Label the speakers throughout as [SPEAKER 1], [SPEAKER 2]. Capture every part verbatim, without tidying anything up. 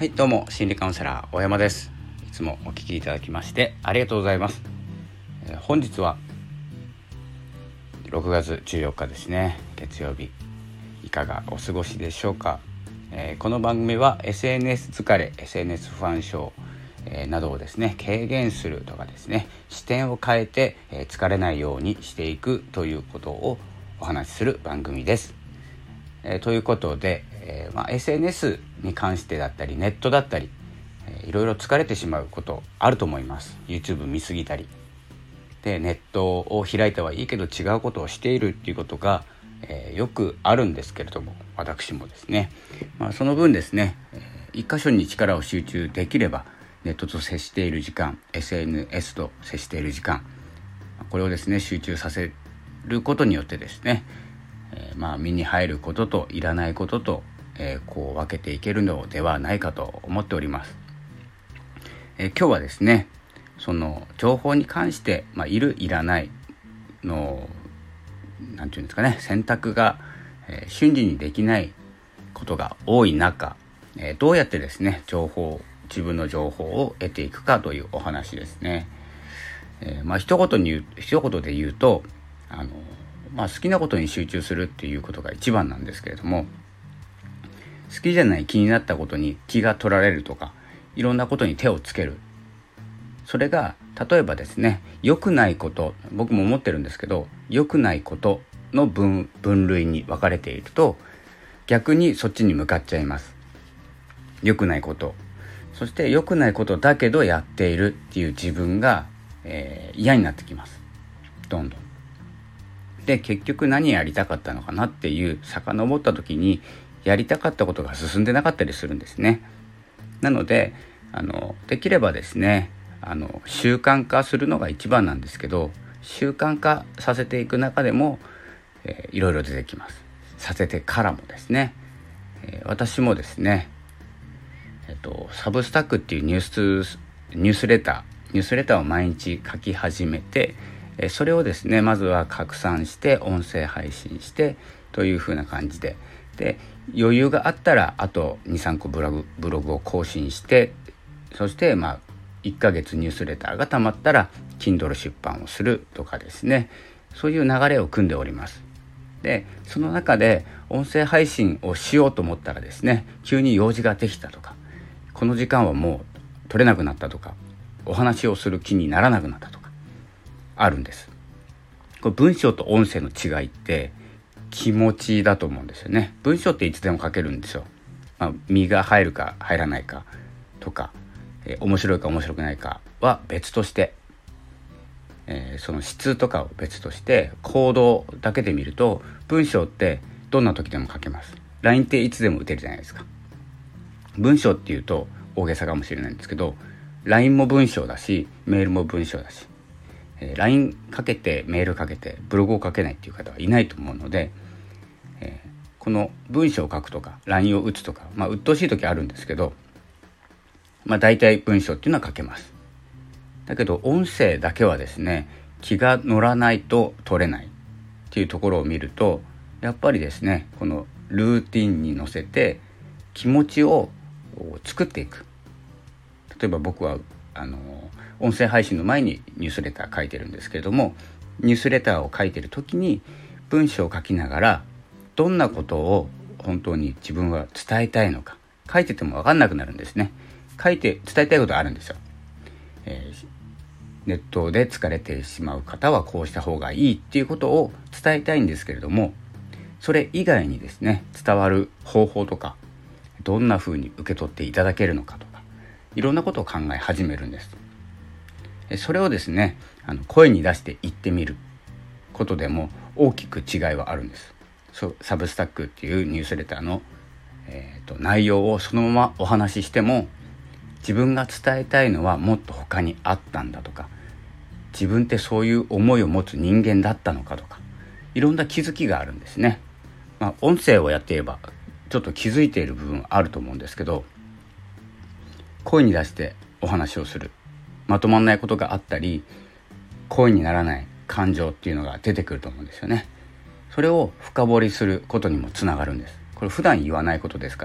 [SPEAKER 1] はい、どうも心理カウンセラー大山です。いつもお聞きいただきましてありがとうございます。えー、本日はろくがつじゅうよっかですね、月曜日。いかがお過ごしでしょうか。えー、この番組は エスエヌエス 疲れ、 エスエヌエス 不安症、えー、などをですね軽減するとかですね、視点を変えて、えー、疲れないようにしていくということをお話しする番組です。えー、ということで、えーまあ、エスエヌエス に関してだったりネットだったり、えー、いろいろ疲れてしまうことあると思います。 YouTube 見すぎたりで、ネットを開いたはいいけど違うことをしているっていうことが、えー、よくあるんですけれども、私もですね、まあ、その分ですね、えー、一箇所に力を集中できればネットと接している時間、 エスエヌエス と接している時間、これをですね集中させることによってですね、えー、まあ身に入ることといらないことと、えー、こう分けていけるのではないかと思っております。えー、今日はですね、その情報に関して、まあ、いるいらないのなんていうんですかね、選択が、えー、瞬時にできないことが多い中、えー、どうやってですね情報自分の情報を得ていくかというお話ですね。えー、まあ一言に言う一言で言うと、あのまあ、好きなことに集中するっていうことが一番なんですけれども、好きじゃない気になったことに気が取られるとか、いろんなことに手をつける、それが例えばですね、良くないこと、僕も思ってるんですけど、良くないことの 分, 分類に分かれていると逆にそっちに向かっちゃいます。良くないこと、そして良くないことだけどやっているっていう自分が、えー、嫌になってきます。どんどんで、結局何やりたかったのかなっていう遡った時に、やりたかったことが進んでなかったりするんですね。なのであのできればですね、あの習慣化するのが一番なんですけど、習慣化させていく中でも、えー、いろいろ出てきます。させてからもですね、えー、私もですね、えっと、サブスタックっていうニュースニュースレターニュースレターを毎日書き始めて、それをですねまずは拡散して音声配信してという風な感じで、で余裕があったらあと にさんこブログ、ブログを更新して、そしてまあいっかげつニュースレターがたまったら Kindle 出版をするとかですね、そういう流れを組んでおります。でその中で音声配信をしようと思ったらですね、急に用事ができたとか、この時間はもう取れなくなったとか、お話をする気にならなくなったとかあるんです。これ文章と音声の違いって気持ちだと思うんですよね。文章っていつでも書けるんですよ。まあ、身が入るか入らないかとか、えー、面白いか面白くないかは別として、えー、その質とかを別として行動だけで見ると、文章ってどんな時でも書けます。 ライン っていつでも打てるじゃないですか。文章っていうと大げさかもしれないんですけど、 ライン も文章だしメールも文章だし、えー、ライン かけてメールかけてブログを書けないっていう方はいないと思うので、えー、この文章を書くとか ライン を打つとか、まあ鬱陶しい時あるんですけど、まあ大体文章っていうのは書けます。だけど音声だけはですね、気が乗らないと取れないっていうところを見ると、やっぱりですね、このルーティンに乗せて気持ちを作っていく。例えば僕はあの音声配信の前にニュースレター書いてるんですけれども、ニュースレターを書いてる時に文章を書きながら、どんなことを本当に自分は伝えたいのか、書いてても分かんなくなるんですね。書いて伝えたいことあるんですよ。えー、ネットで疲れてしまう方はこうした方がいいっていうことを伝えたいんですけれども、それ以外にですね、伝わる方法とか、どんな風に受け取っていただけるのかとか、いろんなことを考え始めるんです。それをですね、あの声に出して言ってみることでも大きく違いはあるんです。サブスタックっていうニュースレターの、えーと、内容をそのままお話ししても、自分が伝えたいのはもっと他にあったんだとか、自分ってそういう思いを持つ人間だったのかとか、いろんな気づきがあるんですね。まあ、音声をやっていればちょっと気づいている部分あると思うんですけど、声に出してお話をする、まとまんないことがあったり、声にならない感情っていうのが出てくると思うんですよね。それを深掘りすることにもつながるんです。これ普段言わないことですから、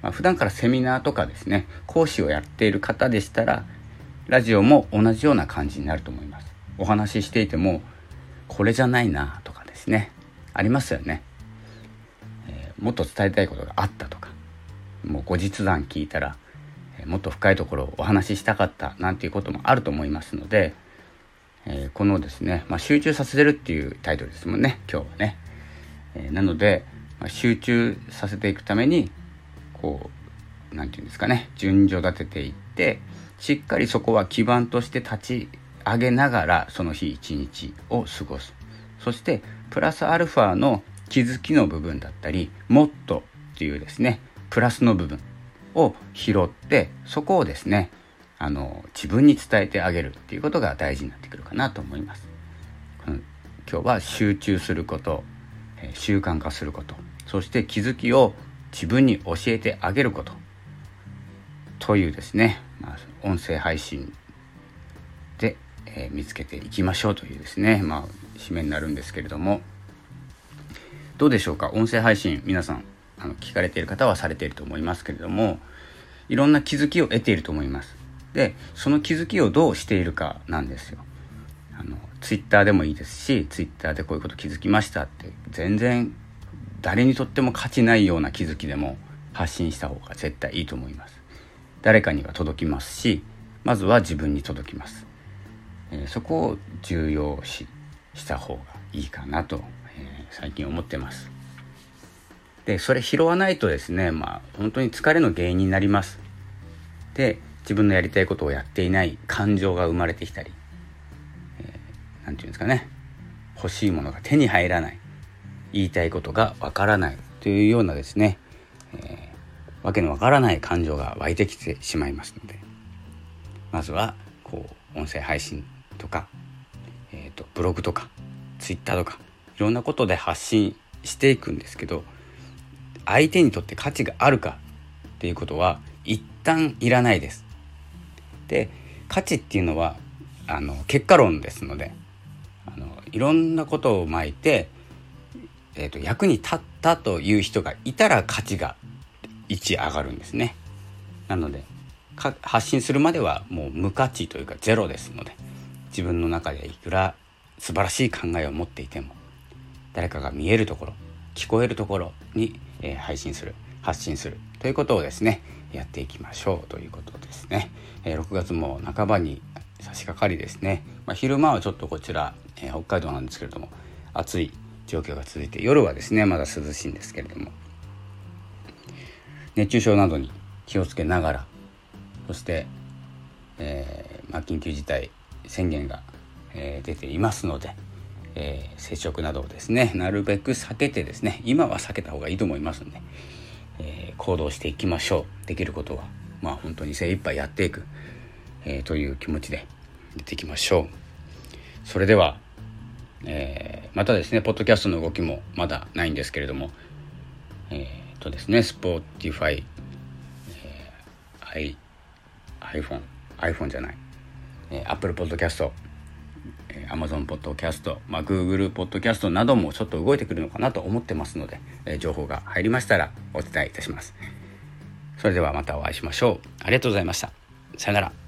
[SPEAKER 1] まあ、普段からセミナーとかですね講師をやっている方でしたらラジオも同じような感じになると思います。お話ししていてもこれじゃないなとかですねありますよね、えー、もっと伝えたいことがあったとか、もう後日談聞いたら、えー、もっと深いところをお話ししたかったなんていうこともあると思いますので、えー、このですね、まあ、集中させるっていうタイトルですもんね今日はね、えー、なので、まあ、集中させていくためにこうなんていうんですかね順序立てていってしっかりそこは基盤として立ち上げながらその日一日を過ごす。そしてプラスアルファの気づきの部分だったりもっとっていうですねプラスの部分を拾ってそこをですねあの自分に伝えてあげるっていうことが大事になってくるかなと思います。うん、今日は集中すること、えー、習慣化すること、そして気づきを自分に教えてあげることというですね、まあ、音声配信で、えー、見つけていきましょうというですね、まあ、締めになるんですけれども、どうでしょうか。音声配信皆さんあの聞かれている方はされていると思いますけれども、いろんな気づきを得ていると思います。でその気づきをどうしているかなんですよ。あのツイッターでもいいですし、ツイッターでこういうこと気づきましたって全然誰にとっても価値ないような気づきでも発信した方が絶対いいと思います。誰かには届きますし、まずは自分に届きます。えー、そこを重要視した方がいいかなと、えー、最近思ってます。でそれ拾わないとですね、まあ本当に疲れの原因になります。で自分のやりたいことをやっていない感情が生まれてきたり、えー、なんていうんですかね、欲しいものが手に入らない、言いたいことがわからないというようなですね、えー、わけのわからない感情が湧いてきてしまいますので、まずはこう音声配信とか、えーと、ブログとかツイッターとかいろんなことで発信していくんですけど、相手にとって価値があるかっていうことは一旦いらないです。で価値っていうのはあの結果論ですので、あのいろんなことを巻いて、えーと、役に立ったという人がいたら価値がいち上がるんですね。なので発信するまではもう無価値というかゼロですので、自分の中でいくら素晴らしい考えを持っていても誰かが見えるところ聞こえるところに、えー、配信する発信するということをですねやっていきましょうということですね。えー、ろくがつも半ばに差し掛かりですね、まあ、昼間はちょっとこちら、えー、北海道なんですけれども暑い状況が続いて、夜はですねまだ涼しいんですけれども、熱中症などに気をつけながら、そして、えーまあ、緊急事態宣言が、えー、出ていますので、えー、接触などをですねなるべく避けてですね、今は避けた方がいいと思いますので、えー、行動していきましょう。できることはまあ本当に精一杯やっていく、えー、という気持ちでやっていきましょう。それでは、えー、またですねポッドキャストの動きもまだないんですけれども、えー、とですね Spotify、えー、iPhone iPhone じゃない、えー、Apple Podcast、えー、Amazon Podcast、まあ、Google Podcast などもちょっと動いてくるのかなと思ってますので、えー、情報が入りましたらお伝えいたします。それではまたお会いしましょう。ありがとうございました。さよなら。